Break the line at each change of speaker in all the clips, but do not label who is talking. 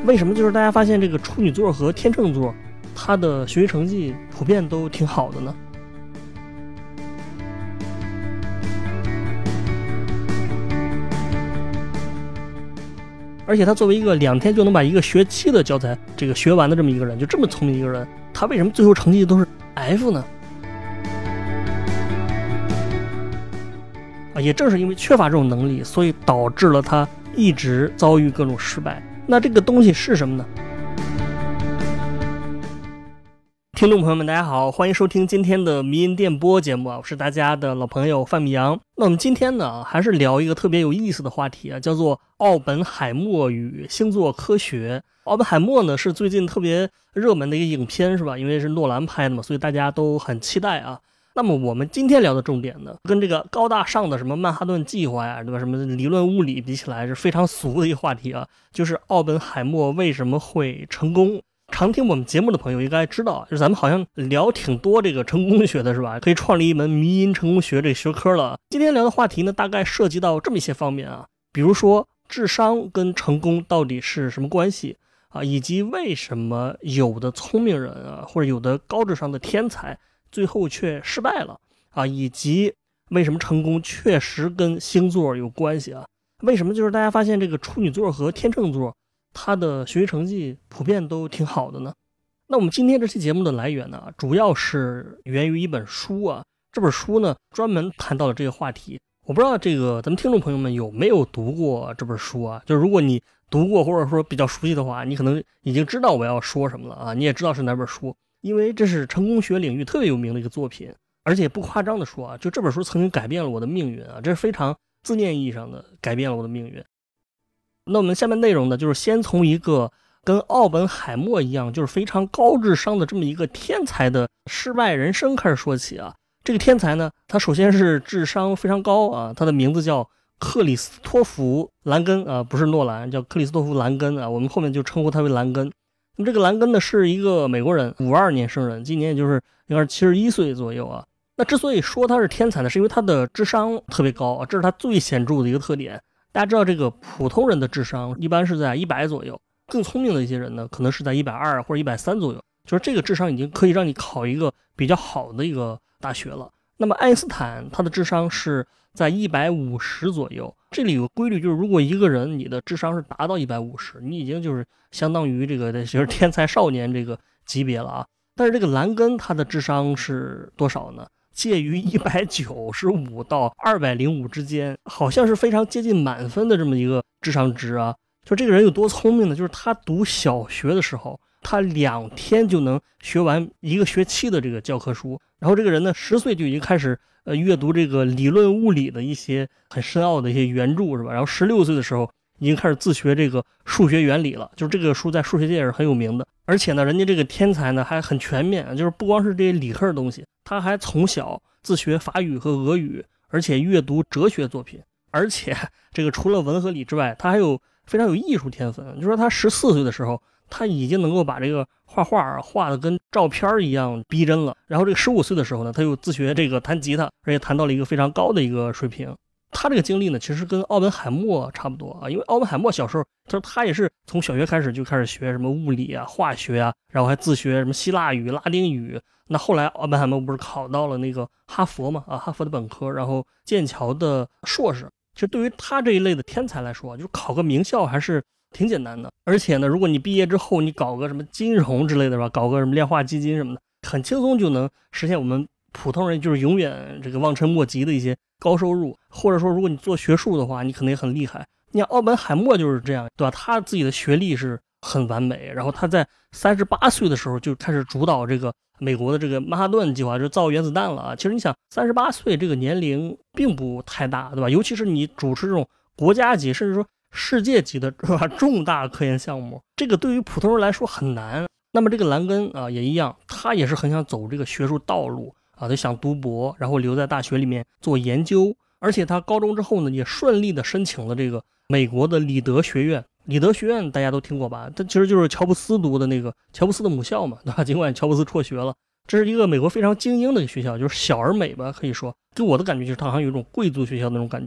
为什么就是大家发现这个处女座和天秤座，他的学习成绩普遍都挺好的呢？而且他作为一个2天就能把一个学期的教材这个学完的这么一个人，就这么聪明一个人，他为什么最后成绩都是 F 呢？也正是因为缺乏这种能力，所以导致了他一直遭遇各种失败。那这个东西是什么呢？听众朋友们大家好，欢迎收听今天的迷音电波节目啊，我是大家的老朋友范米阳。那我们今天呢还是聊一个特别有意思的话题啊，叫做奥本海默与星座科学。奥本海默呢是最近特别热门的一个影片是吧，因为是诺兰拍的嘛，所以大家都很期待啊。那么我们今天聊的重点呢，跟这个高大上的什么曼哈顿计划呀，对吧？什么理论物理比起来是非常俗的一个话题啊，就是奥本海默为什么会成功。常听我们节目的朋友应该知道，就是咱们好像聊挺多这个成功学的是吧？可以创立一门迷因成功学这个学科了。今天聊的话题呢，大概涉及到这么一些方面啊，比如说智商跟成功到底是什么关系啊，以及为什么有的聪明人啊，或者有的高智商的天才最后却失败了啊，以及为什么成功确实跟星座有关系啊？为什么就是大家发现这个处女座和天秤座他的学习成绩普遍都挺好的呢？那我们今天这期节目的来源呢，主要是源于一本书啊。这本书呢专门谈到了这个话题。我不知道这个咱们听众朋友们有没有读过这本书啊？就如果你读过或者说比较熟悉的话，你可能已经知道我要说什么了啊，你也知道是哪本书。因为这是成功学领域特别有名的一个作品，而且不夸张的说啊，就这本书曾经改变了我的命运啊，这是非常字面意义上的改变了我的命运。那我们下面内容呢，就是先从一个跟奥本海默一样，就是非常高智商的这么一个天才的失败人生开始说起啊。这个天才呢，他首先是智商非常高啊，他的名字叫克里斯托弗·兰根啊，不是诺兰，叫克里斯托弗·兰根啊，我们后面就称呼他为兰根。那么这个兰根呢是一个美国人，52年生人，今年也就是应该是71岁左右啊。那之所以说他是天才呢，是因为他的智商特别高啊，这是他最显著的一个特点。大家知道这个普通人的智商一般是在100左右，更聪明的一些人呢可能是在120或者130左右，就是这个智商已经可以让你考一个比较好的一个大学了。那么爱因斯坦他的智商是在150左右，这里有个规律，就是如果一个人你的智商是达到150，你已经就是相当于这个就是天才少年这个级别了啊。但是这个兰根他的智商是多少呢？介于195到205之间，好像是非常接近满分的这么一个智商值啊。就这个人有多聪明呢？就是他读小学的时候，他2天就能学完一个学期的这个教科书。然后这个人呢10岁就已经开始阅读这个理论物理的一些很深奥的一些原著是吧？然后16岁的时候已经开始自学这个数学原理了，就是这个书在数学界是很有名的。而且呢人家这个天才呢还很全面，就是不光是这些理科的东西，他还从小自学法语和俄语，而且阅读哲学作品，而且这个除了文和理之外，他还有非常有艺术天分。就是说他14岁的时候他已经能够把这个画画画的跟照片一样逼真了，然后这个15岁的时候呢他又自学这个弹吉他，而且弹到了一个非常高的一个水平。他这个经历呢其实跟奥本海默差不多啊，因为奥本海默小时候他也是从小学开始就开始学什么物理啊化学啊，然后还自学什么希腊语拉丁语。那后来奥本海默不是考到了那个哈佛嘛啊，哈佛的本科，然后剑桥的硕士。其实对于他这一类的天才来说，就是考个名校还是挺简单的。而且呢如果你毕业之后你搞个什么金融之类的吧，搞个什么量化基金什么的，很轻松就能实现我们普通人就是永远这个望尘莫及的一些高收入。或者说如果你做学术的话，你可能也很厉害。你看奥本海默就是这样，对吧？他自己的学历是很完美，然后他在38岁的时候就开始主导这个美国的这个曼哈顿计划，就造原子弹了啊。其实你想38岁这个年龄并不太大，对吧？尤其是你主持这种国家级甚至说世界级的重大科研项目，这个对于普通人来说很难。那么这个兰根啊也一样，他也是很想走这个学术道路啊，他想读博，然后留在大学里面做研究。而且他高中之后呢也顺利的申请了这个美国的里德学院。里德学院大家都听过吧，它其实就是乔布斯读的那个乔布斯的母校嘛，对吧？尽管乔布斯辍学了，这是一个美国非常精英的学校，就是小而美吧，可以说给我的感觉就是它好像有一种贵族学校的那种感觉。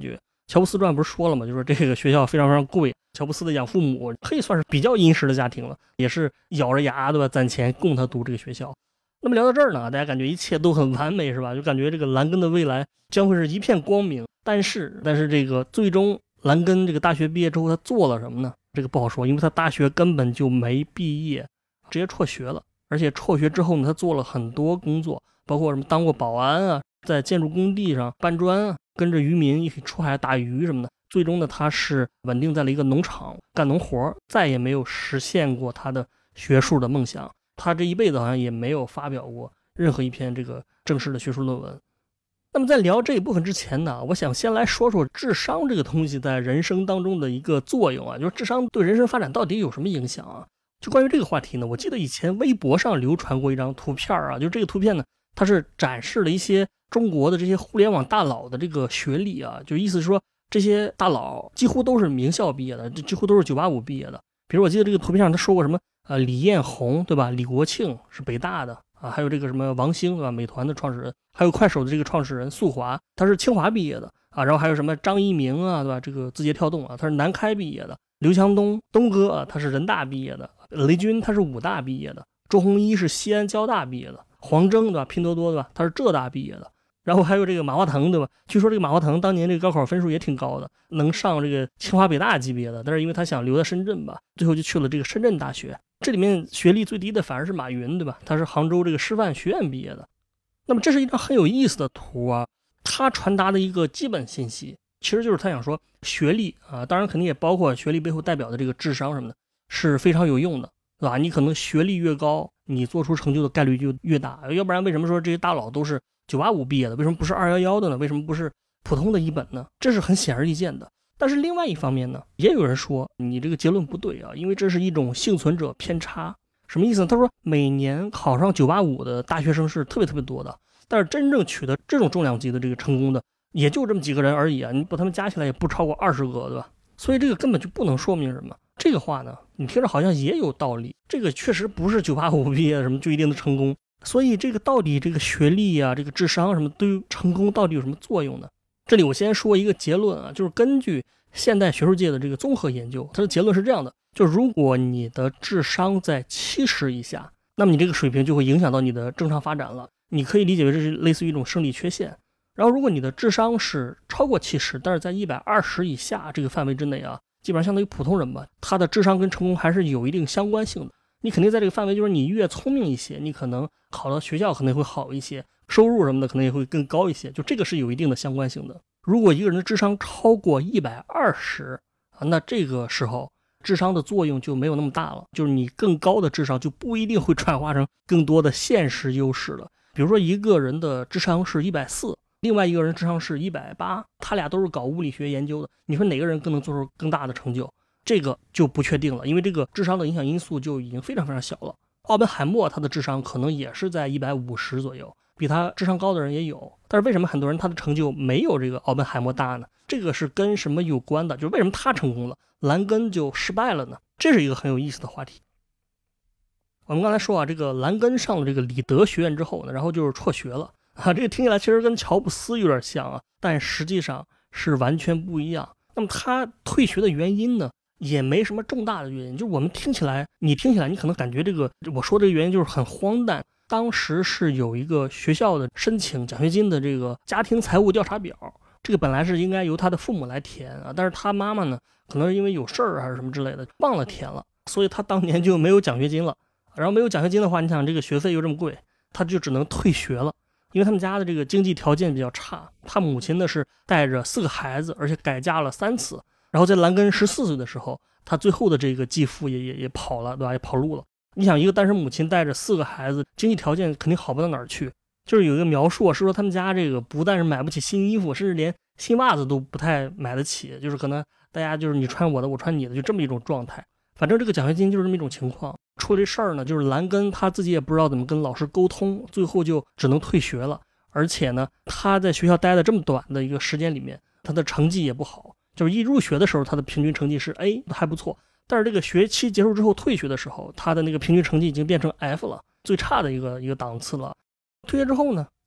乔布斯传不是说了吗？就是这个学校非常非常贵，乔布斯的养父母可以算是比较殷实的家庭了，也是咬着牙对吧攒钱供他读这个学校。那么聊到这儿呢，大家感觉一切都很完美是吧？就感觉这个兰根的未来将会是一片光明。但是这个最终兰根这个大学毕业之后他做了什么呢？这个不好说，因为他大学根本就没毕业，直接辍学了。而且辍学之后呢，他做了很多工作，包括什么当过保安啊，在建筑工地上搬砖啊，跟着渔民一起出海打鱼什么的。最终呢，他是稳定在了一个农场干农活，再也没有实现过他的学术的梦想。他这一辈子好像也没有发表过任何一篇这个正式的学术论文。那么在聊这一部分之前呢，我想先来说说智商这个东西在人生当中的一个作用啊，就是智商对人生发展到底有什么影响啊？就关于这个话题呢，我记得以前微博上流传过一张图片啊，就这个图片呢，它是展示了一些中国的这些互联网大佬的这个学历啊，就意思是说这些大佬几乎都是名校毕业的，几乎都是985毕业的。比如我记得这个图片上他说过什么李彦宏对吧？李国庆是北大的啊，还有这个什么王兴对吧？美团的创始人，还有快手的这个创始人宿华，他是清华毕业的啊，然后还有什么张一鸣啊对吧？这个字节跳动啊，他是南开毕业的，刘强东哥啊，他是人大毕业的，雷军他是武大毕业的，周鸿祎是西安交大毕业的，黄峥对吧？拼多多对吧？他是浙大毕业的。然后还有这个马化腾对吧？据说这个马化腾当年这个高考分数也挺高的，能上这个清华北大级别的，但是因为他想留在深圳吧，最后就去了这个深圳大学。这里面学历最低的反而是马云对吧？他是杭州这个师范学院毕业的。那么这是一张很有意思的图啊，他传达的一个基本信息其实就是他想说学历啊，当然肯定也包括学历背后代表的这个智商什么的，是非常有用的对吧？你可能学历越高，你做出成就的概率就越大，要不然为什么说这些大佬都是985毕业的，为什么不是211的呢？为什么不是普通的一本呢？这是很显而易见的。但是另外一方面呢，也有人说你这个结论不对啊，因为这是一种幸存者偏差。什么意思呢？他说每年考上985的大学生是特别多的，但是真正取得这种重量级的这个成功的也就这么几个人而已啊，你把他们加起来也不超过20个对吧？所以这个根本就不能说明什么。这个话呢，你听着好像也有道理，这个确实不是985毕业什么就一定能成功。所以这个到底这个学历啊，这个智商什么对于成功到底有什么作用呢？这里我先说一个结论啊，就是根据现代学术界的这个综合研究，它的结论是这样的，就如果你的智商在70以下，那么你这个水平就会影响到你的正常发展了，你可以理解为这是类似于一种生理缺陷。然后如果你的智商是超过70，但是在120以下这个范围之内啊，基本上相当于普通人吧，他的智商跟成功还是有一定相关性的。你肯定在这个范围，就是你越聪明一些，你可能考到学校可能会好一些，收入什么的可能也会更高一些，就这个是有一定的相关性的。如果一个人的智商超过120啊，那这个时候智商的作用就没有那么大了，就是你更高的智商就不一定会转化成更多的现实优势了。比如说一个人的智商是140，另外一个人智商是180，他俩都是搞物理学研究的，你说哪个人更能做出更大的成就？这个就不确定了，因为这个智商的影响因素就已经非常非常小了。奥本海默他的智商可能也是在150左右，比他智商高的人也有，但是为什么很多人他的成就没有这个奥本海默大呢？这个是跟什么有关的？就是为什么他成功了，兰根就失败了呢？这是一个很有意思的话题。我们刚才说啊，这个兰根上了这个里德学院之后呢，然后就是辍学了啊，这个听起来其实跟乔布斯有点像啊，但实际上是完全不一样。那么他退学的原因呢，也没什么重大的原因，就是我们听起来你可能感觉这个我说这个原因就是很荒诞。当时是有一个学校的申请奖学金的这个家庭财务调查表，这个本来是应该由他的父母来填啊，但是他妈妈呢，可能是因为有事儿还是什么之类的忘了填了，所以他当年就没有奖学金了。然后没有奖学金的话，你想这个学费又这么贵，他就只能退学了。因为他们家的这个经济条件比较差，他母亲呢是带着4个孩子，而且改嫁了3次。然后在兰根14岁的时候，他最后的这个继父也跑了，对吧？也跑路了。你想一个单身母亲带着4个孩子，经济条件肯定好不到哪儿去。就是有一个描述是说他们家这个不但是买不起新衣服，甚至连新袜子都不太买得起，就是可能大家就是你穿我的我穿你的，就这么一种状态。反正这个奖学金就是这么一种情况。出了这事儿呢，就是兰根他自己也不知道怎么跟老师沟通，最后就只能退学了。而且呢，他在学校待了这么短的一个时间里面，他的成绩也不好，就是一入学的时候他的平均成绩是 A， 还不错，但是这个学期结束之后退学的时候，他的那个平均成绩已经变成 F 了，最差的一个档次了。退学之后呢，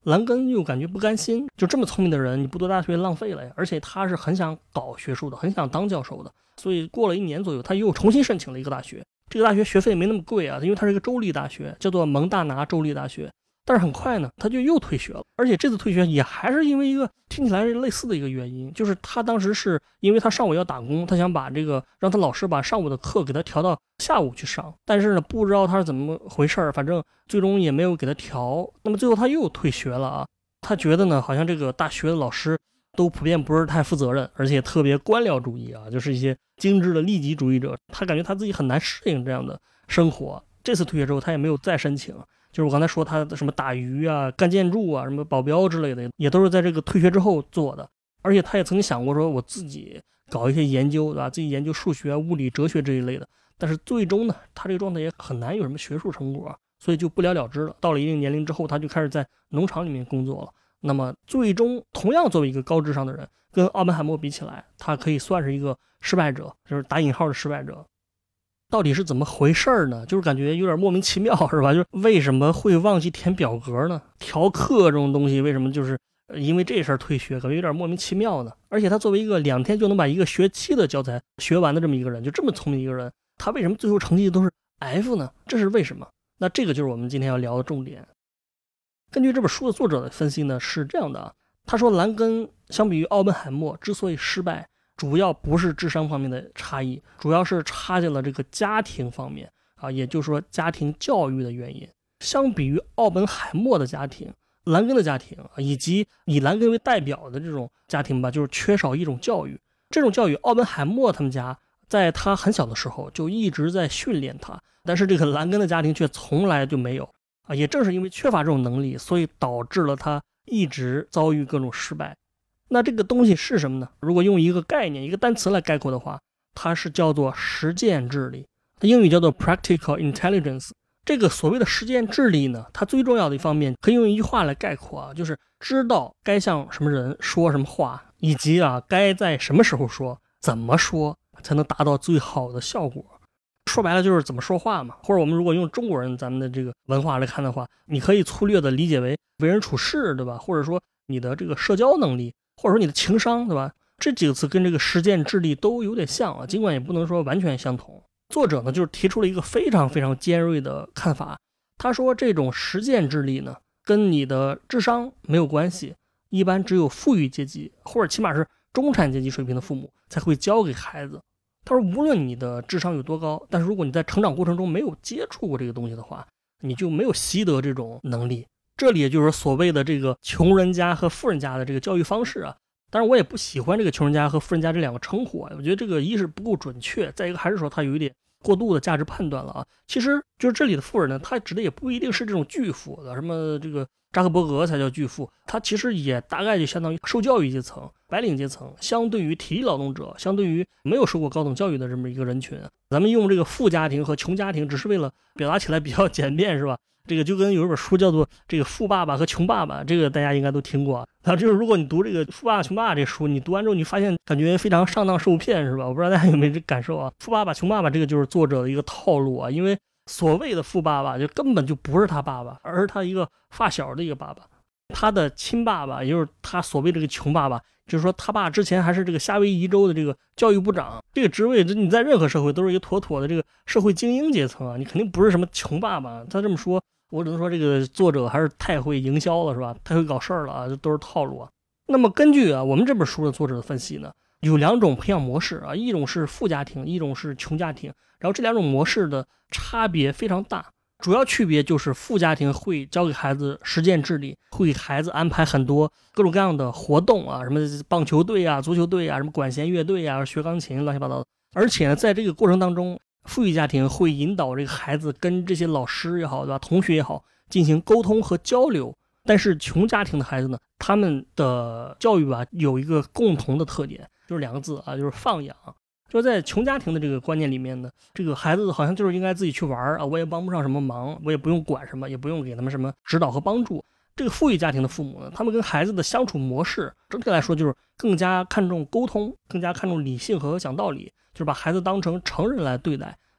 兰根又感觉不甘心，就这么聪明的人，你不读大学浪费了呀。而且他是很想搞学术的，很想当教授的，所以过了1年左右，他又重新申请了一个大学。这个大学学费没那么贵啊，因为它是一个州立大学，叫做蒙大拿州立大学。但是很快呢，他就又退学了，而且这次退学也还是因为一个听起来类似的一个原因，就是他当时是因为他上午要打工，他想把这个让他老师把上午的课给他调到下午去上，但是呢不知道他是怎么回事，反正最终也没有给他调。那么最后他又退学了啊。他觉得呢，好像这个大学的老师都普遍不是太负责任，而且特别官僚主义啊，就是一些精致的利己主义者。他感觉他自己很难适应这样的生活。这次退学之后，他也没有再申请。就是我刚才说他的什么打鱼啊、干建筑啊、什么保镖之类的，也都是在这个退学之后做的。而且他也曾经想过说，我自己搞一些研究，对吧？自己研究数学、物理、哲学这一类的。但是最终呢，他这个状态也很难有什么学术成果，所以就不了了之了。到了一定年龄之后，他就开始在农场里面工作了。那么最终，同样作为一个高智商的人，跟奥本海默比起来，他可以算是一个失败者，就是打引号的失败者。到底是怎么回事呢？就是感觉有点莫名其妙，是吧？就是为什么会忘记填表格呢？调课这种东西，为什么就是因为这事儿退学，感觉有点莫名其妙呢？而且他作为一个2天就能把一个学期的教材学完的这么一个人，就这么聪明一个人，他为什么最后成绩都是 F 呢？这是为什么？那这个就是我们今天要聊的重点。根据这本书的作者的分析呢，是这样的啊，他说兰根相比于奥本海默之所以失败，主要不是智商方面的差异，主要是差在了这个家庭方面啊，也就是说家庭教育的原因。相比于奥本海默的家庭，兰根的家庭以及以兰根为代表的这种家庭吧，就是缺少一种教育。这种教育，奥本海默他们家在他很小的时候就一直在训练他，但是这个兰根的家庭却从来就没有啊。也正是因为缺乏这种能力，所以导致了他一直遭遇各种失败。那这个东西是什么呢？如果用一个概念、一个单词来概括的话，它是叫做实践智力，它英语叫做 practical intelligence。这个所谓的实践智力呢，它最重要的一方面可以用一句话来概括啊，就是知道该向什么人说什么话，以及该在什么时候说，怎么说才能达到最好的效果。说白了就是怎么说话嘛，或者我们如果用中国人咱们的这个文化来看的话，你可以粗略的理解为为人处事，对吧？或者说你的这个社交能力，或者说你的情商，对吧？这几个词跟这个实践智力都有点像啊，尽管也不能说完全相同。作者呢就是提出了一个非常非常尖锐的看法，他说这种实践智力呢跟你的智商没有关系，一般只有富裕阶级或者起码是中产阶级水平的父母才会教给孩子。他说无论你的智商有多高，但是如果你在成长过程中没有接触过这个东西的话，你就没有习得这种能力。这里也就是所谓的这个穷人家和富人家的这个教育方式啊。当然我也不喜欢这个穷人家和富人家这两个称呼啊，我觉得这个一是不够准确，再一个还是说它有一点过度的价值判断了啊。其实就是这里的富人呢，他指的也不一定是这种巨富的，什么这个扎克伯格才叫巨富，他其实也大概就相当于受教育阶层、白领阶层，相对于体力劳动者，相对于没有受过高等教育的这么一个人群。咱们用这个富家庭和穷家庭只是为了表达起来比较简便，是吧？这个就跟有一本书叫做这个富爸爸和穷爸爸，这个大家应该都听过啊。就是如果你读这个富爸爸穷爸爸这书，你读完之后你发现感觉非常上当受骗，是吧？我不知道大家有没有这感受啊。富爸爸穷爸爸这个就是作者的一个套路啊，因为所谓的富爸爸就根本就不是他爸爸，而是他一个发小的一个爸爸。他的亲爸爸也就是他所谓这个穷爸爸，就是说他爸之前还是这个夏威夷州的这个教育部长，这个职位你在任何社会都是一个妥妥的这个社会精英阶层啊，你肯定不是什么穷爸爸。他这么说我只能说这个作者还是太会营销了，是吧？太会搞事儿了啊，这都是套路啊。那么根据我们这本书的作者的分析呢，有2种培养模式啊，一种是富家庭，一种是穷家庭，然后这2种模式的差别非常大。主要区别就是富家庭会教给孩子实践智力，会给孩子安排很多各种各样的活动啊，什么棒球队啊、足球队啊、什么管弦乐队啊、学钢琴乱七八糟的。而且呢，在这个过程当中，富裕家庭会引导这个孩子跟这些老师也好，对吧，同学也好进行沟通和交流。但是穷家庭的孩子呢，他们的教育吧有一个共同的特点，就是2个字啊，就是放养。就在穷家庭的这个观念里面呢，这个孩子好像就是应该自己去玩啊，我也帮不上什么忙，我也不用管什么，也不用给他们什么指导和帮助。这个富裕家庭的父母呢，他们跟孩子的相处模式整体来说就是更加看重沟通，更加看重理性和讲道理，就是把孩子当成成人来对待，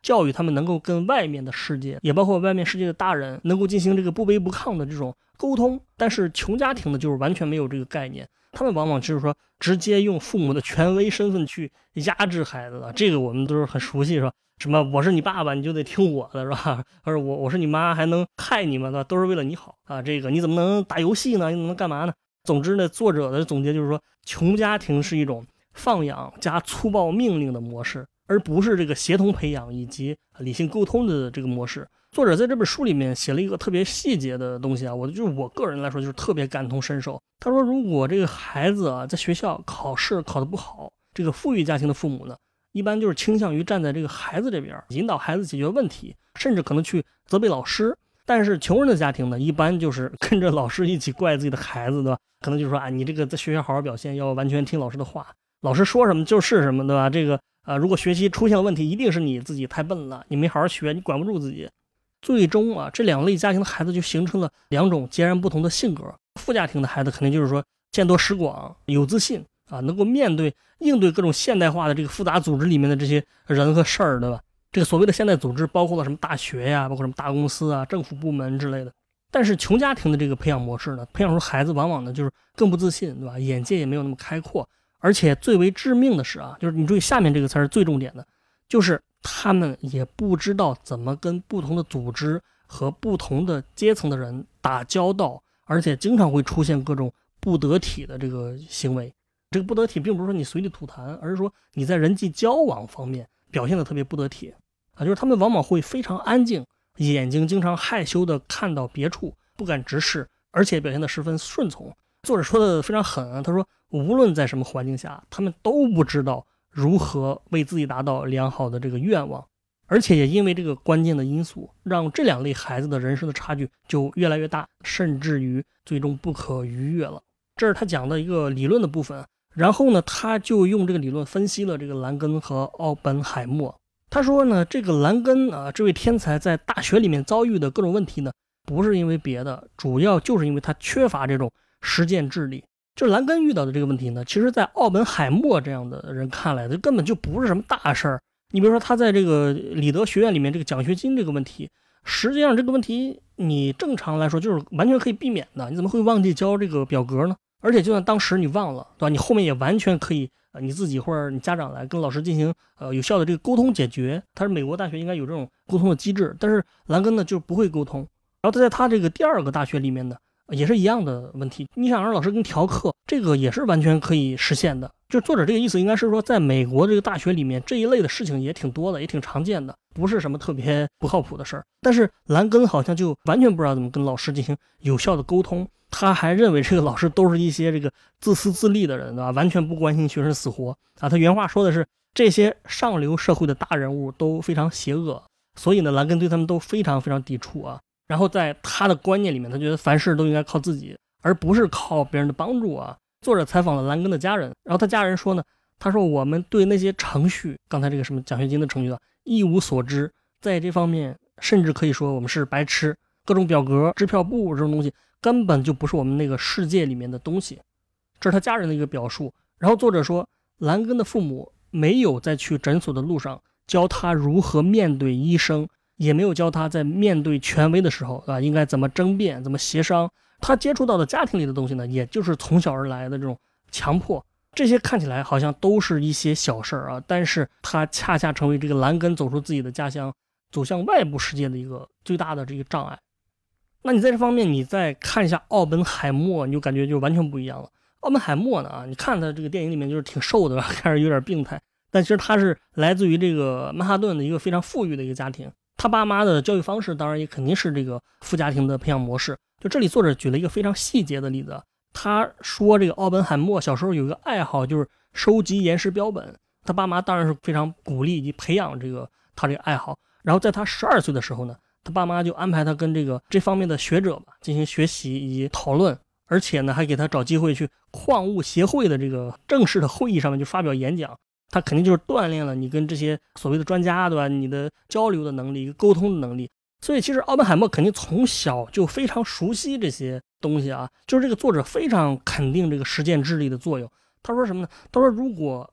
教育他们能够跟外面的世界，也包括外面世界的大人，能够进行这个不卑不亢的这种沟通。但是穷家庭呢，就是完全没有这个概念，他们往往就是说直接用父母的权威身份去压制孩子的。这个我们都是很熟悉，是吧？什么我是你爸爸你就得听我的，是吧？而我是你妈还能害你吗？对吧？都是为了你好啊！这个你怎么能打游戏呢？你怎么能干嘛呢？总之呢，作者的总结就是说，穷家庭是一种放养加粗暴命令的模式，而不是这个协同培养以及理性沟通的这个模式。作者在这本书里面写了一个特别细节的东西啊，我个人来说就是特别感同身受。他说，如果这个孩子啊在学校考试考得不好，这个富裕家庭的父母呢，一般就是倾向于站在这个孩子这边，引导孩子解决问题，甚至可能去责备老师。但是穷人的家庭呢，一般就是跟着老师一起怪自己的孩子，对吧？可能就是说，你这个在学校好好表现，要完全听老师的话，老师说什么就是什么，对吧？这个如果学习出现了问题，一定是你自己太笨了，你没好好学，你管不住自己。最终啊，这两类家庭的孩子就形成了两种截然不同的性格。富家庭的孩子肯定就是说见多识广，有自信啊，能够应对各种现代化的这个复杂组织里面的这些人和事儿，对吧？这个所谓的现代组织包括了什么大学呀，包括什么大公司啊、政府部门之类的。但是穷家庭的这个培养模式呢，培养出孩子往往呢就是更不自信，对吧？眼界也没有那么开阔，而且最为致命的是啊，就是你注意下面这个才是最重点的，就是他们也不知道怎么跟不同的组织和不同的阶层的人打交道，而且经常会出现各种不得体的这个行为。这个不得体并不是说你随地吐痰，而是说你在人际交往方面表现得特别不得体啊，就是他们往往会非常安静，眼睛经常害羞地看到别处，不敢直视，而且表现得十分顺从。作者说的非常狠啊，他说无论在什么环境下，他们都不知道如何为自己达到良好的这个愿望，而且也因为这个关键的因素，让这两类孩子的人生的差距就越来越大，甚至于最终不可逾越了。这是他讲的一个理论的部分。然后呢，他就用这个理论分析了这个兰根和奥本海默。他说呢，这个兰根啊，这位天才在大学里面遭遇的各种问题呢，不是因为别的，主要就是因为他缺乏这种实践智力。就是兰根遇到的这个问题呢，其实在奥本海默这样的人看来，这根本就不是什么大事儿。你比如说他在这个里德学院里面这个奖学金这个问题，实际上这个问题你正常来说就是完全可以避免的，你怎么会忘记交这个表格呢？而且就算当时你忘了，对吧？你后面也完全可以你自己或者你家长来跟老师进行有效的这个沟通解决。他是美国大学应该有这种沟通的机制，但是兰根呢就是不会沟通。然后他在他这个第二个大学里面呢也是一样的问题，你想让老师给你调课，这个也是完全可以实现的。就作者这个意思应该是说，在美国这个大学里面这一类的事情也挺多的，也挺常见的，不是什么特别不靠谱的事儿。但是兰根好像就完全不知道怎么跟老师进行有效的沟通。他还认为这个老师都是一些这个自私自利的人，对吧？完全不关心学生死活啊。他原话说的是，这些上流社会的大人物都非常邪恶，所以呢，兰根对他们都非常非常抵触啊。然后在他的观念里面，他觉得凡事都应该靠自己，而不是靠别人的帮助啊。作者采访了兰根的家人，然后他家人说呢，他说我们对那些程序，刚才这个什么奖学金的程序啊，一无所知，在这方面甚至可以说我们是白痴，各种表格、支票簿这种东西根本就不是我们那个世界里面的东西。这是他家人的一个表述。然后作者说，兰根的父母没有在去诊所的路上教他如何面对医生，也没有教他在面对权威的时候应该怎么争辩、怎么协商。他接触到的家庭里的东西呢，也就是从小而来的这种强迫。这些看起来好像都是一些小事啊，但是他恰恰成为这个兰根走出自己的家乡，走向外部世界的一个最大的这个障碍。那你在这方面，你再看一下奥本海默，你就感觉就完全不一样了。奥本海默呢你看他这个电影里面就是挺瘦的，看着有点病态，但其实他是来自于这个曼哈顿的一个非常富裕的一个家庭。他爸妈的教育方式当然也肯定是这个富家庭的培养模式。就这里作者举了一个非常细节的例子，他说这个奥本海默小时候有一个爱好，就是收集岩石标本。他爸妈当然是非常鼓励以及培养他这个爱好。然后在他12岁的时候呢，他爸妈就安排他跟这方面的学者吧进行学习以及讨论，而且呢还给他找机会去矿物协会的这个正式的会议上面就发表演讲。他肯定就是锻炼了你跟这些所谓的专家，对吧？你的交流的能力、沟通的能力。所以其实奥本海默肯定从小就非常熟悉这些东西啊，就是这个作者非常肯定这个实践智力的作用。他说什么呢？他说如果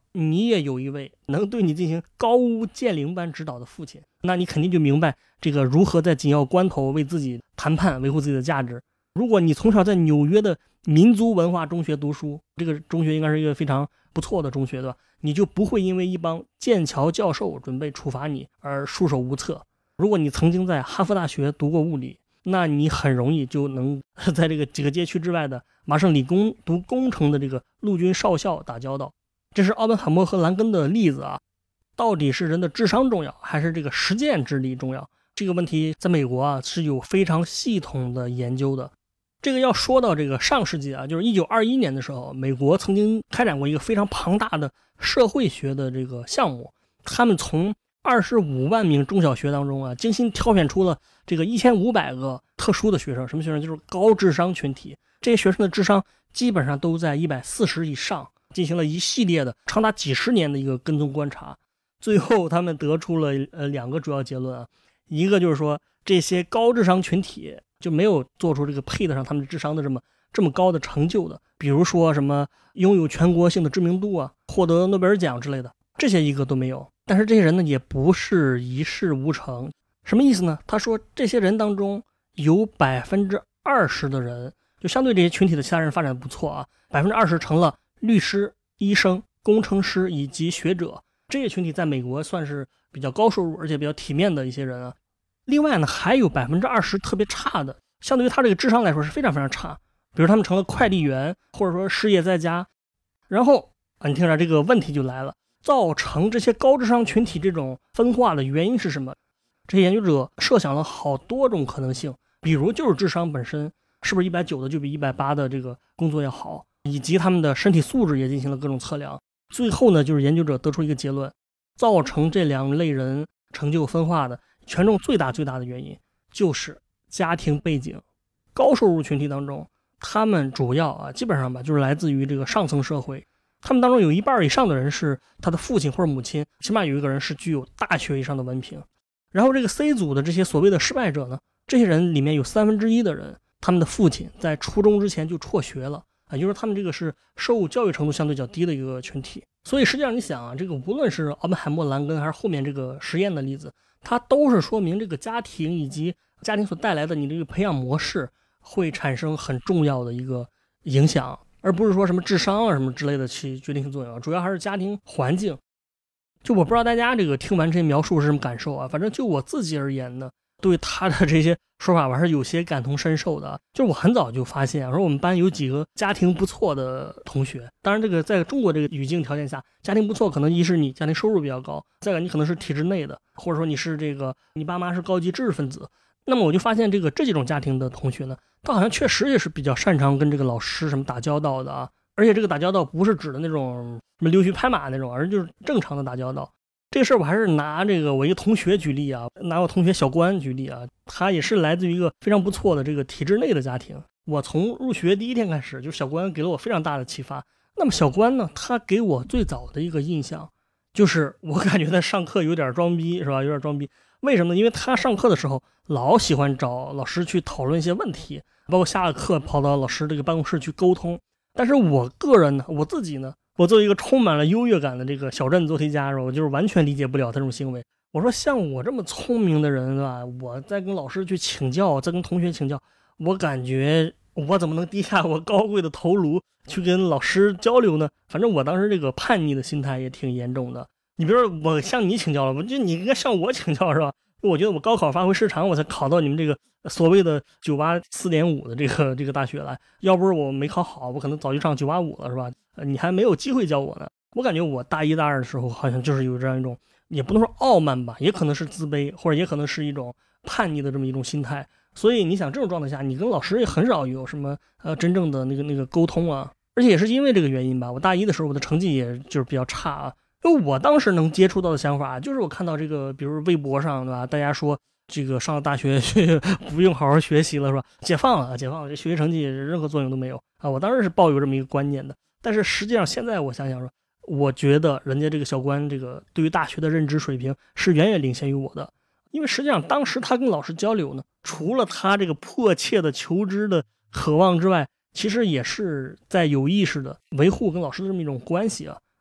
你也有一位能对你进行高屋建瓴般指导的父亲，那你肯定就明白这个如何在紧要关头为自己谈判，维护自己的价值。如果你从小在纽约的民族文化中学读书，这个中学应该是一个非常不错的中学，对吧？你就不会因为一帮剑桥教授准备处罚你而束手无策。如果你曾经在哈佛大学读过物理，那你很容易就能在这个几个街区之外的麻省理工读工程的这个陆军少校打交道。这是奥本海默和兰根的例子啊。到底是人的智商重要，还是这个实践之力重要？这个问题在美国啊是有非常系统的研究的。这个要说到这个上世纪啊，就是1921年的时候，美国曾经开展过一个非常庞大的社会学的这个项目。他们从25万名中小学当中啊，精心挑选出了这个1500个特殊的学生。什么学生？就是高智商群体。这些学生的智商基本上都在140以上，进行了一系列的长达几十年的一个跟踪观察。最后他们得出了2个主要结论啊，一个就是说这些高智商群体就没有做出这个配得上他们智商的这么高的成就的，比如说什么拥有全国性的知名度啊，获得诺贝尔奖之类的，这些一个都没有。但是这些人呢，也不是一事无成。什么意思呢？他说这些人当中有20%的人，就相对这些群体的其他人发展的不错啊，20%成了律师、医生、工程师以及学者。这些群体在美国算是比较高收入而且比较体面的一些人啊。另外呢，还有20%特别差的，相对于他这个智商来说是非常非常差，比如他们成了快递员，或者说失业在家。然后你听着，这个问题就来了，造成这些高智商群体这种分化的原因是什么？这些研究者设想了好多种可能性，比如就是智商本身是不是190的就比180的这个工作要好，以及他们的身体素质也进行了各种测量。最后呢，就是研究者得出一个结论，造成这2类人成就分化的权重最大的原因就是家庭背景。高收入群体当中，他们主要基本上吧，就是来自于这个上层社会。他们当中有1半以上的人是他的父亲或者母亲，起码有一个人是具有大学以上的文凭。然后这个 C 组的这些所谓的失败者呢，这些人里面有1/3的人，他们的父亲在初中之前就辍学了啊，也就是说他们这个是受教育程度相对较低的一个群体。所以实际上你想啊，这个无论是奥本海默、兰根还是后面这个实验的例子，它都是说明这个家庭以及家庭所带来的你这个培养模式会产生很重要的一个影响，而不是说什么智商啊什么之类的起决定性作用，主要还是家庭环境。就我不知道大家这个听完这些描述是什么感受啊，反正就我自己而言呢，对他的这些说法我还是有些感同身受的。就是我很早就发现，说我们班有几个家庭不错的同学，当然这个在中国这个语境条件下，家庭不错可能一是你家庭收入比较高，再一个你可能是体制内的，或者说你是这个你爸妈是高级知识分子。那么我就发现这几种家庭的同学呢，他好像确实也是比较擅长跟这个老师什么打交道的啊，而且这个打交道不是指的那种什么溜须拍马那种，而就是正常的打交道。这个事儿我还是拿这个我一个同学举例啊，拿我同学小关举例啊，他也是来自于一个非常不错的这个体制内的家庭。我从入学第一天开始，就小关给了我非常大的启发。那么小关呢，他给我最早的一个印象就是我感觉他上课有点装逼，是吧？有点装逼。为什么呢？因为他上课的时候老喜欢找老师去讨论一些问题，包括下了课跑到老师这个办公室去沟通。但是我个人呢，我自己呢，我作为一个充满了优越感的这个小镇做题家，我就是完全理解不了他这种行为。我说像我这么聪明的人，对吧？我在跟老师去请教，在跟同学请教，我感觉我怎么能低下我高贵的头颅去跟老师交流呢？反正我当时这个叛逆的心态也挺严重的。你比如说我向你请教了，我觉得你应该向我请教，是吧？我觉得我高考发挥失常，我才考到你们这个所谓的984.5的这个大学来，要不是我没考好，我可能早就上985了，是吧？你还没有机会教我呢。我感觉我大一大二的时候好像就是有这样一种，也不能说傲慢吧，也可能是自卑，或者也可能是一种叛逆的这么一种心态。所以你想这种状态下，你跟老师也很少有什么真正的那个沟通啊。而且也是因为这个原因吧，我大一的时候我的成绩也就是比较差啊。因为我当时能接触到的想法，就是我看到这个，比如微博上，对吧？大家说这个上了大学不用好好学习了，是吧？解放了，这学习成绩任何作用都没有啊！我当时是抱有这么一个观念的。但是实际上现在我想想说，我觉得人家这个小关这个对于大学的认知水平是远远领先于我的。因为实际上当时他跟老师交流呢，除了他这个迫切的求知的渴望之外，其实也是在有意识的维护跟老师的这么一种关系啊。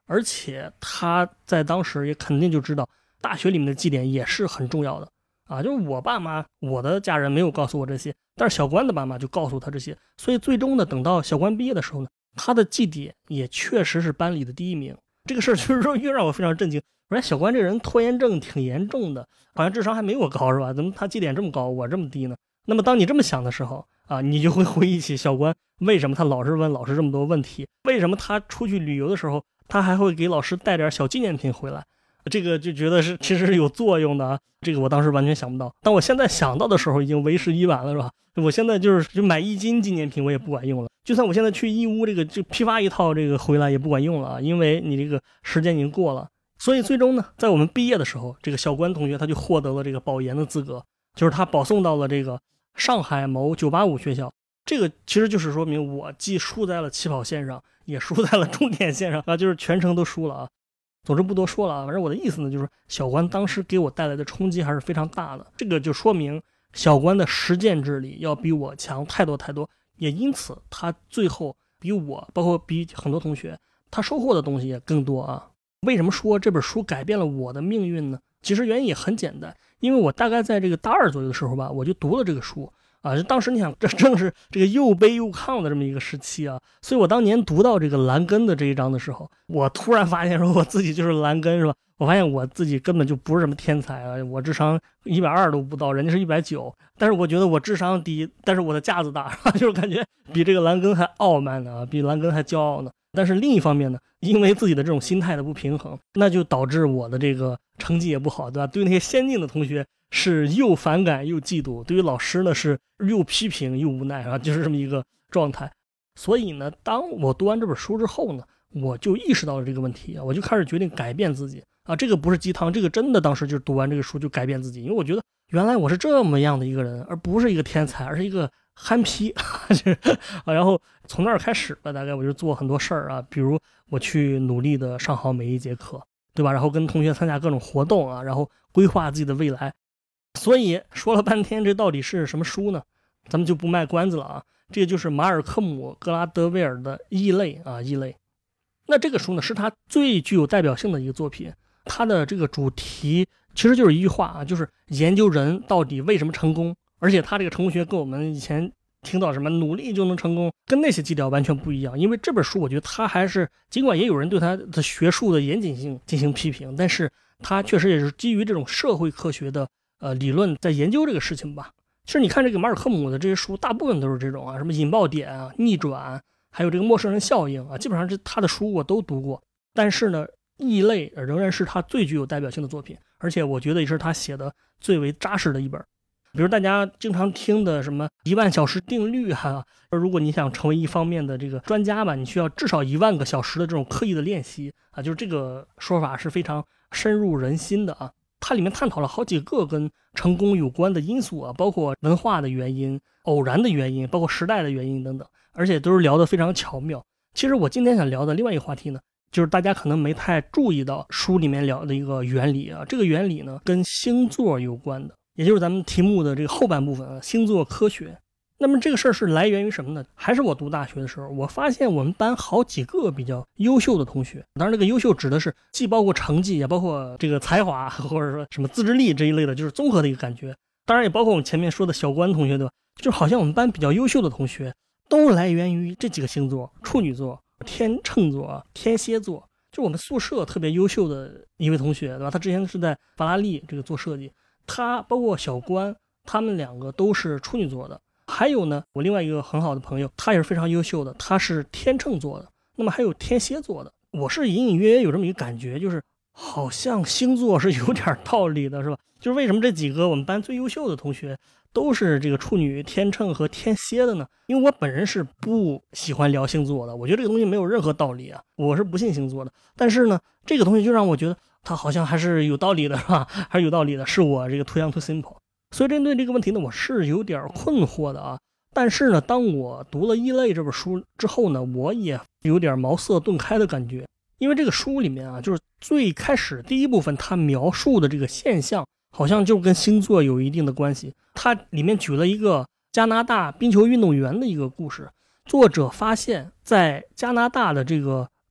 而且他在当时也肯定就知道大学里面的绩点也是很重要的啊。就是我爸妈，我的家人没有告诉我这些，但是小关的爸妈就告诉他这些，所以最终呢，等到小关毕业的时候呢，他的绩点也确实是班里的第1名。这个事儿就是说又让我非常震惊。我说小关这人拖延症挺严重的，好像智商还没我高是吧？怎么他绩点这么高，我这么低呢？那么当你这么想的时候啊，你就会回忆起小关为什么他老是问老师这么多问题，为什么他出去旅游的时候他还会给老师带点小纪念品回来，这个就觉得是其实是有作用的啊。这个我当时完全想不到，当我现在想到的时候已经为时已晚了是吧？我现在就买1斤纪念品我也不管用了，就算我现在去义乌就批发一套这个回来也不管用了，因为你这个时间已经过了。所以最终呢，在我们毕业的时候，这个小关同学他就获得了这个保研的资格，就是他保送到了这个上海某985学校。这个其实就是说明我既输在了起跑线上，也输在了终点线上啊，就是全程都输了啊。总之不多说了啊，反正我的意思呢，就是小关当时给我带来的冲击还是非常大的，这个就说明小关的实践智力要比我强太多太多，也因此他最后比我，包括比很多同学，他收获的东西也更多啊。为什么说这本书改变了我的命运呢？其实原因也很简单，因为我大概在这个大2左右的时候吧，我就读了这个书啊。当时你想，这正是这个又卑又亢的这么一个时期啊，所以我当年读到这个兰根的这一章的时候，我突然发现说我自己就是兰根是吧？我发现我自己根本就不是什么天才啊，我智商120都不到，人家是190，但是我觉得我智商低，但是我的架子大，就是感觉比这个兰根还傲慢呢，比兰根还骄傲呢。但是另一方面呢，因为自己的这种心态的不平衡，那就导致我的这个成绩也不好，对吧？对那些先进的同学是又反感又嫉妒，对于老师呢是又批评又无奈啊，就是这么一个状态。所以呢，当我读完这本书之后呢，我就意识到了这个问题啊，我就开始决定改变自己啊。这个不是鸡汤，这个真的当时就是读完这个书就改变自己，因为我觉得原来我是这么样的一个人，而不是一个天才，而是一个憨批然后从那儿开始吧，大概我就做很多事儿啊，比如我去努力的上好每一节课，对吧？然后跟同学参加各种活动啊，然后规划自己的未来。所以说了半天，这到底是什么书呢？咱们就不卖关子了啊。这个就是马尔科姆·格拉德威尔的《异类》啊，《异类》。那这个书呢，是他最具有代表性的一个作品。它的这个主题其实就是一句话啊，就是研究人到底为什么成功。而且他这个成功学跟我们以前听到什么努力就能成功，跟那些基调完全不一样。因为这本书我觉得他还是，尽管也有人对他的学术的严谨性进行批评，但是他确实也是基于这种社会科学的理论在研究这个事情吧。其实你看这个马尔科姆的这些书，大部分都是这种啊，什么引爆点啊、逆转，还有这个陌生人效应啊，基本上他的书我都读过。但是呢，异类仍然是他最具有代表性的作品，而且我觉得也是他写的最为扎实的一本。比如大家经常听的什么10000小时定律啊，如果你想成为一方面的这个专家吧，你需要至少10000个小时的这种刻意的练习啊，就是这个说法是非常深入人心的啊。它里面探讨了好几个跟成功有关的因素啊，包括文化的原因、偶然的原因，包括时代的原因等等，而且都是聊得非常巧妙。其实我今天想聊的另外一个话题呢，就是大家可能没太注意到书里面聊的一个原理啊，这个原理呢跟星座有关的，也就是咱们题目的这个后半部分啊，星座科学。那么这个事儿是来源于什么呢？还是我读大学的时候，我发现我们班好几个比较优秀的同学，当然这个优秀指的是既包括成绩，也包括这个才华，或者说什么自制力这一类的，就是综合的一个感觉。当然也包括我们前面说的小关同学，对吧？就好像我们班比较优秀的同学都来源于这几个星座：处女座、天秤座、天蝎座。就我们宿舍特别优秀的一位同学，对吧？他之前是在法拉利这个做设计，他包括小关，他们两个都是处女座的。还有呢，我另外一个很好的朋友，他也是非常优秀的，他是天秤座的。那么还有天蝎座的，我是隐隐约约有这么一个感觉，就是好像星座是有点道理的，是吧？就是为什么这几个我们班最优秀的同学都是这个处女、天秤和天蝎的呢？因为我本人是不喜欢聊星座的，我觉得这个东西没有任何道理啊，我是不信星座的。但是呢，这个东西就让我觉得它好像还是有道理的，是吧？还是有道理的，是我这个 too young too simple。所以针对这个问题呢，我是有点困惑的啊。但是呢，当我读了《异类》这本书之后呢，我也有点茅塞顿开的感觉。因为这个书里面啊，就是最开始第一部分它描述的这个现象，好像就跟星座有一定的关系。它里面举了一个加拿大冰球运动员的一个故事。作者发现，在加拿大的这个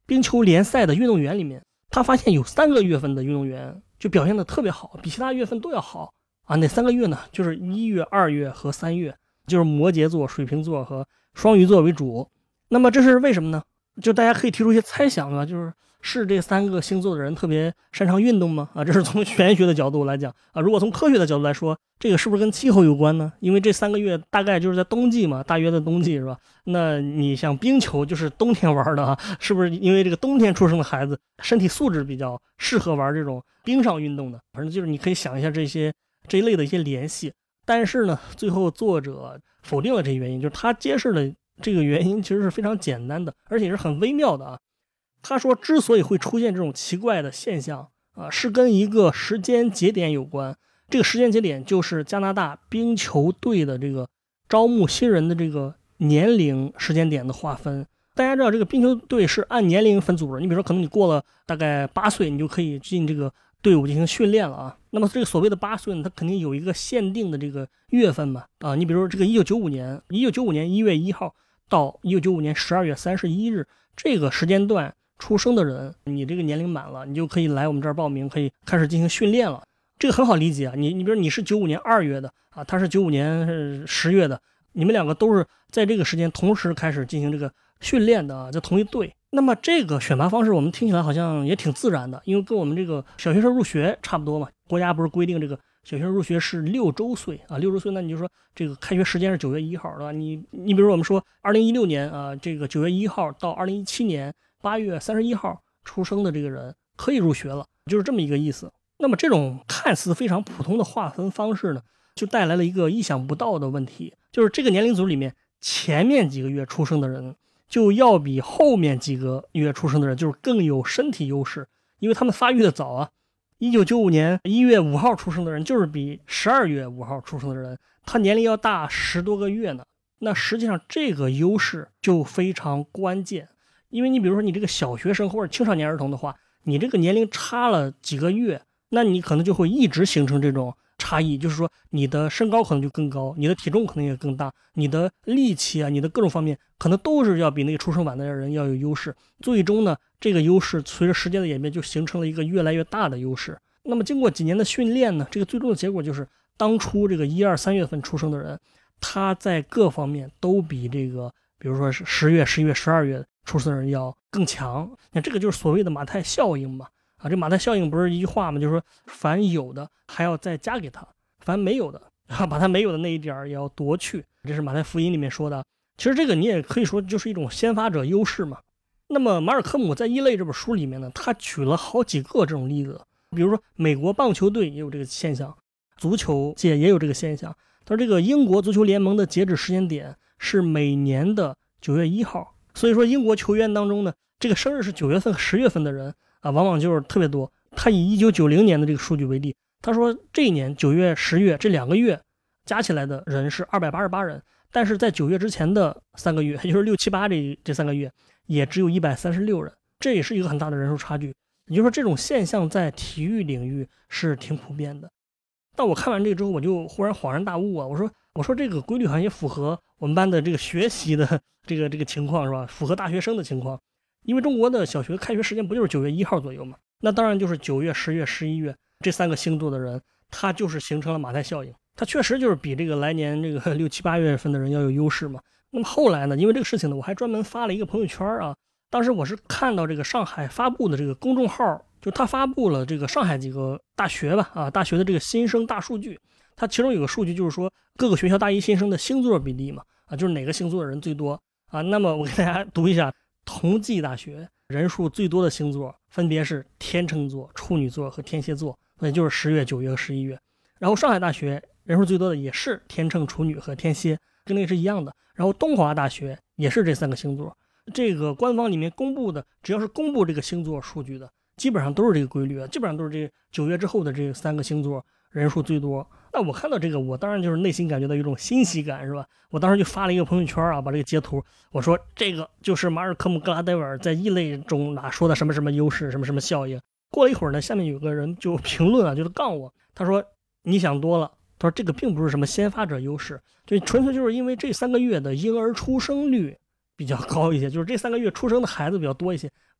冰球联赛的运动员里面，他发现有3个月份的运动员就表现得特别好，比其他月份都要好啊。哪3个月呢？就是1月、2月和3月，就是摩羯座、水瓶座和双鱼座为主。那么这是为什么呢？就大家可以提出一些猜想啊，是这3个星座的人特别擅长运动吗？这是从玄学的角度来讲啊。如果从科学的角度来说，这个是不是跟气候有关呢？因为这3个月大概就是在冬季嘛，大约的冬季是吧？那你像冰球就是冬天玩的啊，是不是因为这个冬天出生的孩子身体素质比较适合玩这种冰上运动的？反正就是你可以想一下这一类的一些联系。但是呢，最后作者否定了这原因，就是他揭示了这个原因其实是非常简单的，而且是很微妙的啊。他说之所以会出现这种奇怪的现象啊，是跟一个时间节点有关。这个时间节点就是加拿大冰球队的这个招募新人的这个年龄时间点的划分。大家知道这个冰球队是按年龄分组的，你比如说可能你过了大概8岁，你就可以进这个队伍进行训练了啊。那么这个所谓的8岁呢，它肯定有一个限定的这个月份嘛啊。你比如说这个1995年1月1号到1995年12月31日这个时间段出生的人，你这个年龄满了，你就可以来我们这儿报名，可以开始进行训练了。这个很好理解啊，你比如你是95年2月的啊，他是95年10月的，你们两个都是在这个时间同时开始进行这个训练的啊，在同一队。那么这个选拔方式我们听起来好像也挺自然的，因为跟我们这个小学生入学差不多嘛。国家不是规定这个小学生入学是6周岁啊，6周岁，那你就说这个开学时间是9月1号，对吧？你比如说我们说2016年啊，这个9月1号到2017年8月31号出生的这个人可以入学了，就是这么一个意思。那么这种看似非常普通的划分方式呢，就带来了一个意想不到的问题，就是这个年龄组里面前面几个月出生的人就要比后面几个月出生的人就是更有身体优势，因为他们发育的早啊。1995年1月5号出生的人就是比12月5号出生的人他年龄要大10多个月呢。那实际上这个优势就非常关键，因为你比如说你这个小学生或者青少年儿童的话，你这个年龄差了几个月，那你可能就会一直形成这种差异，就是说你的身高可能就更高，你的体重可能也更大，你的力气啊，你的各种方面可能都是要比那个出生晚的人要有优势。最终呢，这个优势随着时间的演变就形成了一个越来越大的优势。那么经过几年的训练呢，这个最终的结果就是当初这个1、2、3月份出生的人，他在各方面都比这个比如说是10月、11月、12月出生的人要更强。那这个就是所谓的马太效应嘛。啊，这马太效应不是一句话吗？就是说凡有的还要再加给他，凡没有的把他没有的那一点也要夺去，这是马太福音里面说的。其实这个你也可以说就是一种先发者优势嘛。那么马尔科姆在《异类》这本书里面呢，他举了好几个这种例子，比如说美国棒球队也有这个现象，足球界也有这个现象。他说这个英国足球联盟的截止时间点是每年的9月1号，所以说英国球员当中呢，这个生日是9月份和10月份的人啊，往往就是特别多。他以1990年的这个数据为例，他说这一年9月、10月这2个月加起来的人是288人，但是在9月之前的3个月，也就是6、7、8这3个月，也只有136人，这也是一个很大的人数差距。也就是说，这种现象在体育领域是挺普遍的。但我看完这个之后，我就忽然恍然大悟啊！我说这个规律好像也符合我们班的这个学习的这个情况是吧？符合大学生的情况。因为中国的小学开学时间不就是9月1号左右嘛？那当然就是9月、10月、11月这3个星座的人，他就是形成了马太效应，他确实就是比这个来年这个6、7、8月份的人要有优势嘛。那么后来呢，因为这个事情呢，我还专门发了一个朋友圈啊。当时我是看到这个上海发布的这个公众号，就他发布了这个上海几个大学吧啊，大学的这个新生大数据。它其中有个数据就是说各个学校大一新生的星座比例嘛啊，就是哪个星座的人最多啊。那么我给大家读一下，同济大学人数最多的星座分别是天秤座、处女座和天蝎座，也就是10月、9月和11月。然后上海大学人数最多的也是天秤、处女和天蝎，跟那个是一样的。然后东华大学也是这3个星座。这个官方里面公布的，只要是公布这个星座数据的，基本上都是这个规律啊，基本上都是这9月之后的这3个星座人数最多。那我看到这个，我当然就是内心感觉到有一种欣喜感，是吧？我当时就发了一个朋友圈啊，把这个截图，我说这个就是马尔科姆·格拉德维尔在异类中说的什么什么优势，什么什么效应。过了一会儿呢，下面有个人就评论啊，就是杠我，他说你想多了，他说这个并不是什么先发者优势，就纯粹就是因为这3个月的婴儿出生率比较高一些，就是这3个月出生的孩子比较多一些，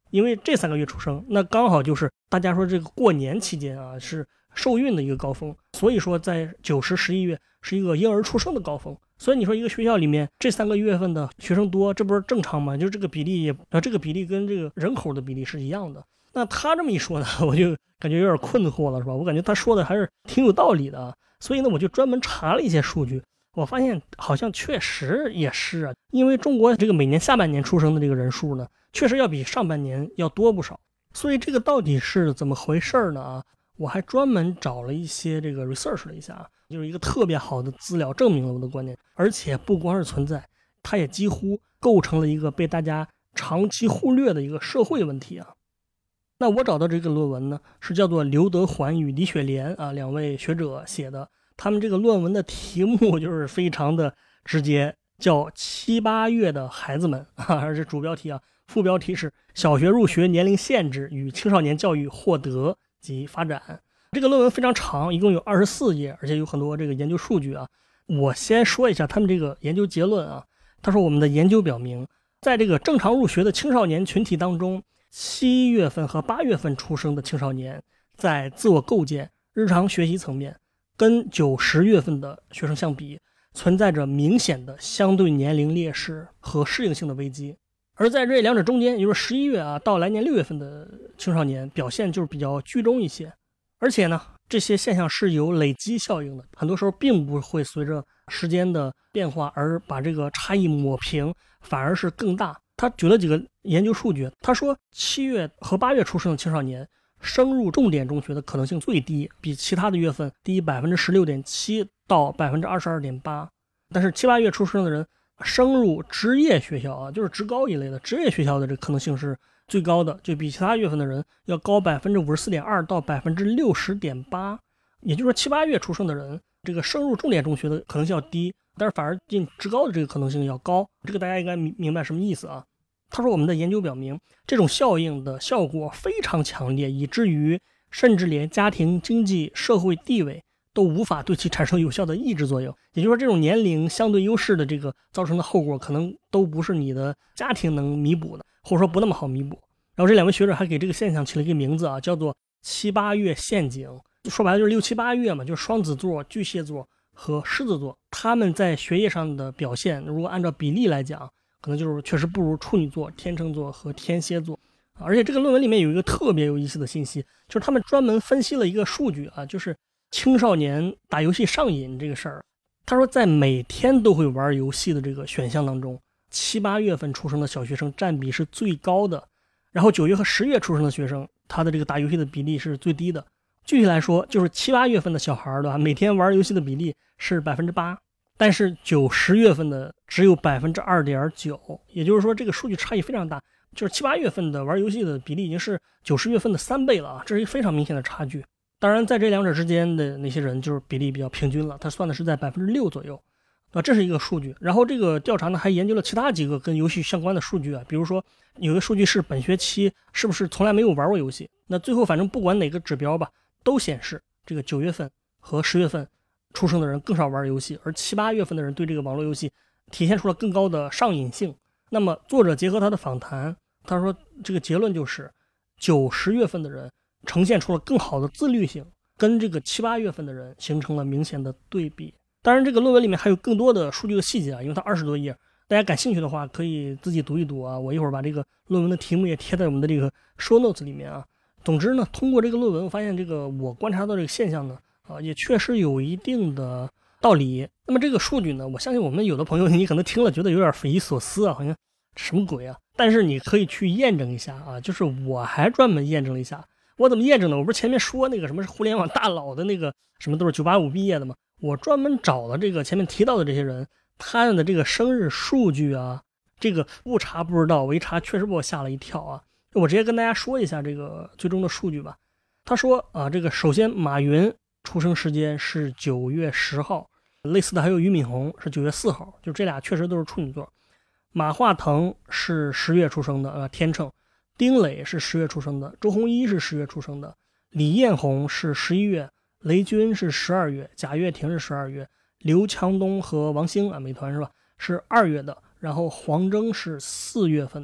因为这3个月出生，那刚好就是大家说这个过年期间啊，是受孕的一个高峰，所以说在9、10、11月是一个婴儿出生的高峰。所以你说一个学校里面这3个月份的学生多，这不是正常吗？就是这个比例这个比例跟这个人口的比例是一样的。那他这么一说呢，我就感觉有点困惑了，是吧？我感觉他说的还是挺有道理的啊。所以呢，我就专门查了一些数据，我发现好像确实也是啊，因为中国这个每年下半年出生的这个人数呢，确实要比上半年要多不少。所以这个到底是怎么回事呢？啊，我还专门找了一些这个 research 了一下啊，就是一个特别好的资料证明了我的观点，而且不光是存在，它也几乎构成了一个被大家长期忽略的一个社会问题啊。那我找到这个论文呢，是叫做刘德环与李雪莲啊2位学者写的。他们这个论文的题目就是非常的直接，叫7、8月的孩子们啊，这是主标题啊。副标题是小学入学年龄限制与青少年教育获得及发展。这个论文非常长，一共有24页，而且有很多这个研究数据啊。我先说一下他们这个研究结论啊。他说我们的研究表明，在这个正常入学的青少年群体当中，7月份和8月份出生的青少年在自我构建、日常学习层面跟9、10月份的学生相比，存在着明显的相对年龄劣势和适应性的危机。而在这两者中间，也就是11月啊到来年6月份的青少年表现就是比较居中一些。而且呢，这些现象是有累积效应的，很多时候并不会随着时间的变化而把这个差异抹平，反而是更大。他举了几个研究数据，他说7月和8月出生的青少年升入重点中学的可能性最低，比其他的月份低 16.7% 到 22.8%。但是7、8月出生的人升入职业学校啊，就是职高一类的职业学校的这个可能性是最高的，就比其他月份的人要高 54.2% 到 60.8%。也就是说7、8月出生的人这个升入重点中学的可能性要低，但是反而进职高的这个可能性要高。这个大家应该明白什么意思啊。他说我们的研究表明，这种效应的效果非常强烈，以至于甚至连家庭经济社会地位都无法对其产生有效的抑制作用。也就是说，这种年龄相对优势的这个造成的后果可能都不是你的家庭能弥补的，或者说不那么好弥补。然后这2位学者还给这个现象起了一个名字啊，叫做7、8月陷阱。说白了就是6、7、8月嘛，就是双子座、巨蟹座和狮子座，他们在学业上的表现，如果按照比例来讲，可能就是确实不如处女座、天秤座和天蝎座。而且这个论文里面有一个特别有意思的信息，就是他们专门分析了一个数据啊，就是青少年打游戏上瘾这个事儿。他说在每天都会玩游戏的这个选项当中，7、8月份出生的小学生占比是最高的，然后9月和10月出生的学生，他的这个打游戏的比例是最低的。具体来说，就是7、8月份的小孩对吧，每天玩游戏的比例是 8%， 但是9、10月份的只有 2.9%， 也就是说这个数据差异非常大，就是7、8月份的玩游戏的比例已经是9、10月份的3倍了啊，这是一个非常明显的差距。当然在这两者之间的那些人就是比例比较平均了，他算的是在 6% 左右啊，这是一个数据。然后这个调查呢还研究了其他几个跟游戏相关的数据啊，比如说有一个数据是本学期是不是从来没有玩过游戏，那最后反正不管哪个指标吧，都显示这个9月份和10月份出生的人更少玩游戏，而7、8月份的人对这个网络游戏体现出了更高的上瘾性。那么作者结合他的访谈，他说这个结论就是9、10月份的人呈现出了更好的自律性，跟这个7、8月份的人形成了明显的对比。当然这个论文里面还有更多的数据的细节啊，因为它20多页，大家感兴趣的话可以自己读一读啊，我一会儿把这个论文的题目也贴在我们的这个 show notes 里面啊。总之呢，通过这个论文，我发现这个我观察到这个现象呢，也确实有一定的道理。那么这个数据呢，我相信我们有的朋友你可能听了觉得有点匪夷所思啊，好像什么鬼啊？但是你可以去验证一下啊，就是我还专门验证了一下。我怎么验证呢？我不是前面说那个什么是互联网大佬的那个什么都是985毕业的吗？我专门找了这个前面提到的这些人，他们的这个生日数据啊，这个不查不知道，我一查确实把我吓了一跳啊。我直接跟大家说一下这个最终的数据吧。他说啊，这个首先马云出生时间是9月10号，类似的还有俞敏洪是9月4号，就这俩确实都是处女座。马化腾是10月出生的，天秤。丁磊是10月出生的，周鸿祎是10月出生的，李彦宏是11月，雷军是12月，贾跃亭是12月，刘强东和王兴啊，美团是吧，是2月的，然后黄峥是4月份的，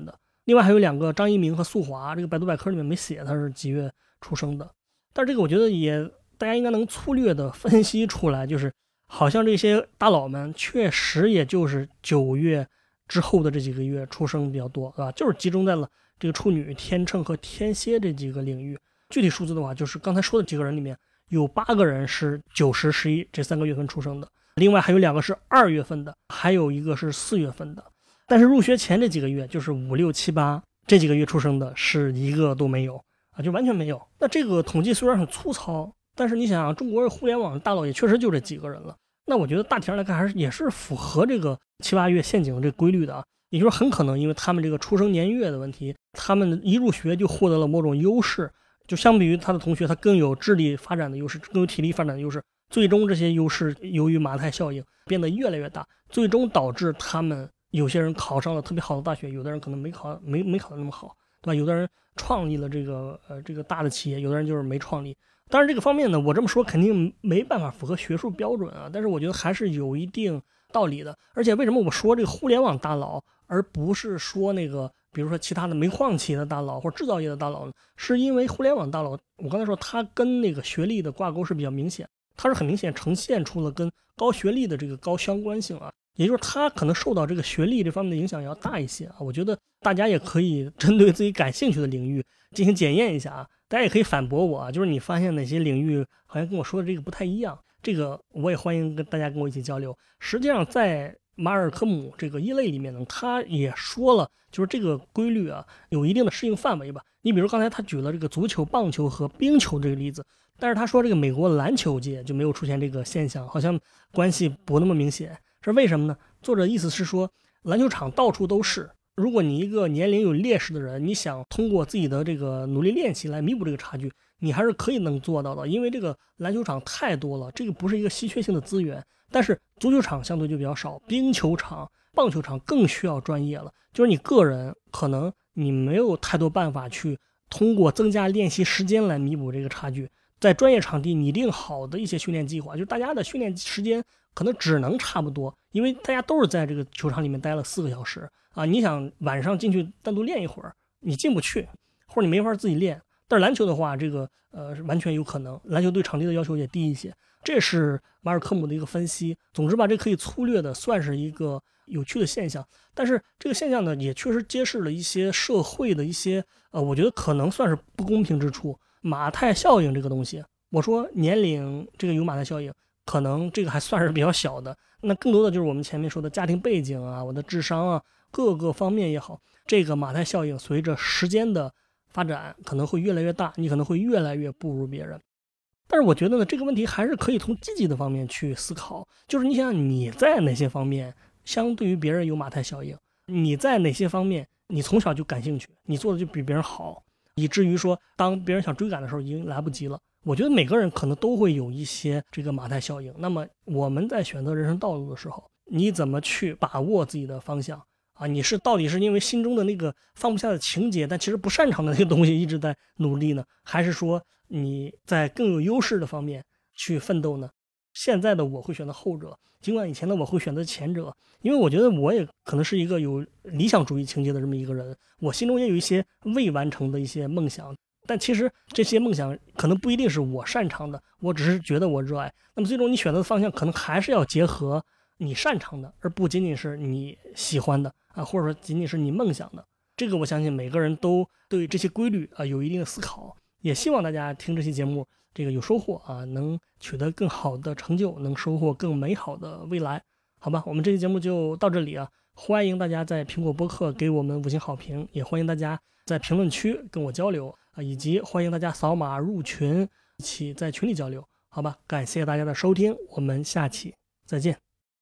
另外还有2个张一鸣和苏华，这个百度百科里面没写他是几月出生的，但是这个我觉得也大家应该能粗略的分析出来，就是好像这些大佬们确实也就是9月之后的这几个月出生比较多，对吧？就是集中在了这个处女、天秤和天蝎这几个领域。具体数字的话，就是刚才说的几个人里面有8个人是9、10、11这3个月份出生的，另外还有2个是2月份的，还有1个是4月份的。但是入学前这几个月，就是5、6、7、8这几个月出生的是1个都没有啊，就完全没有。那这个统计虽然很粗糙，但是你想想，中国互联网大佬也确实就这几个人了。那我觉得大体上来看，还是也是符合这个7、8月陷阱这个规律的啊。也就是很可能因为他们这个出生年月的问题，他们一入学就获得了某种优势，就相比于他的同学，他更有智力发展的优势，更有体力发展的优势。最终这些优势由于马太效应变得越来越大，最终导致他们有些人考上了特别好的大学，有的人可能没考得那么好，对吧？有的人创立了这个大的企业，有的人就是没创立。当然这个方面呢，我这么说肯定没办法符合学术标准啊，但是我觉得还是有一定道理的。而且为什么我说这个互联网大佬，而不是说那个比如说其他的煤矿企业的大佬或者制造业的大佬呢？是因为互联网大佬，我刚才说他跟那个学历的挂钩是比较明显，他是很明显呈现出了跟高学历的这个高相关性啊，也就是他可能受到这个学历这方面的影响要大一些啊。我觉得大家也可以针对自己感兴趣的领域进行检验一下啊。大家也可以反驳我啊，就是你发现哪些领域好像跟我说的这个不太一样，这个我也欢迎跟大家跟我一起交流。实际上在马尔科姆这个一类里面呢，他也说了，就是这个规律啊有一定的适应范围吧。你比如刚才他举了这个足球、棒球和冰球这个例子，但是他说这个美国篮球界就没有出现这个现象，好像关系不那么明显，是为什么呢？作者意思是说，篮球场到处都是，如果你一个年龄有劣势的人，你想通过自己的这个努力练习来弥补这个差距，你还是可以能做到的，因为这个篮球场太多了，这个不是一个稀缺性的资源。但是足球场相对就比较少，冰球场、棒球场更需要专业了，就是你个人可能你没有太多办法去通过增加练习时间来弥补这个差距。在专业场地拟定好的一些训练计划，就是大家的训练时间可能只能差不多，因为大家都是在这个球场里面待了4个小时啊。你想晚上进去单独练一会儿，你进不去，或者你没法自己练。但是篮球的话，这个完全有可能，篮球对场地的要求也低一些。这是马尔科姆的一个分析。总之吧，这可以粗略的算是一个有趣的现象。但是这个现象呢，也确实揭示了一些社会的一些我觉得可能算是不公平之处。马太效应这个东西，我说年龄这个有马太效应，可能这个还算是比较小的，那更多的就是我们前面说的家庭背景啊，我的智商啊，各个方面也好，这个马太效应随着时间的发展可能会越来越大，你可能会越来越不如别人。但是我觉得呢，这个问题还是可以从积极的方面去思考，就是你想你在哪些方面相对于别人有马太效应，你在哪些方面你从小就感兴趣，你做的就比别人好，以至于说当别人想追赶的时候已经来不及了。我觉得每个人可能都会有一些这个马太效应。那么我们在选择人生道路的时候，你怎么去把握自己的方向啊？你是到底是因为心中的那个放不下的情节，但其实不擅长的那个东西一直在努力呢？还是说你在更有优势的方面去奋斗呢？现在的我会选择后者，尽管以前的我会选择前者，因为我觉得我也可能是一个有理想主义情节的这么一个人，我心中也有一些未完成的一些梦想，但其实这些梦想可能不一定是我擅长的，我只是觉得我热爱。那么最终你选择的方向可能还是要结合你擅长的，而不仅仅是你喜欢的啊，或者说仅仅是你梦想的。这个我相信每个人都对这些规律有一定的思考，也希望大家听这期节目这个有收获啊，能取得更好的成就，能收获更美好的未来。好吧，我们这期节目就到这里啊，欢迎大家在苹果播客给我们5星好评，也欢迎大家在评论区跟我交流啊，以及欢迎大家扫码入群，一起在群里交流。好吧，感谢大家的收听，我们下期再见。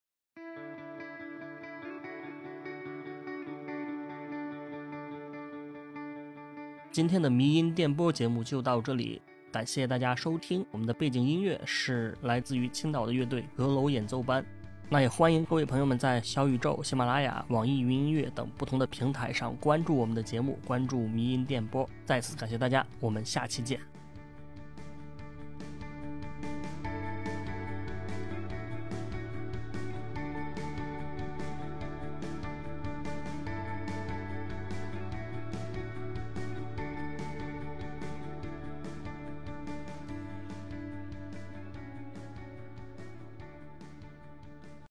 今天的迷音电波节目就到这里，感谢大家收听。我们的背景音乐是来自于青岛的乐队阁楼演奏班。那也欢迎各位朋友们在小宇宙、喜马拉雅、网易云音乐等不同的平台上关注我们的节目，关注迷音电波。再次感谢大家，我们下期见。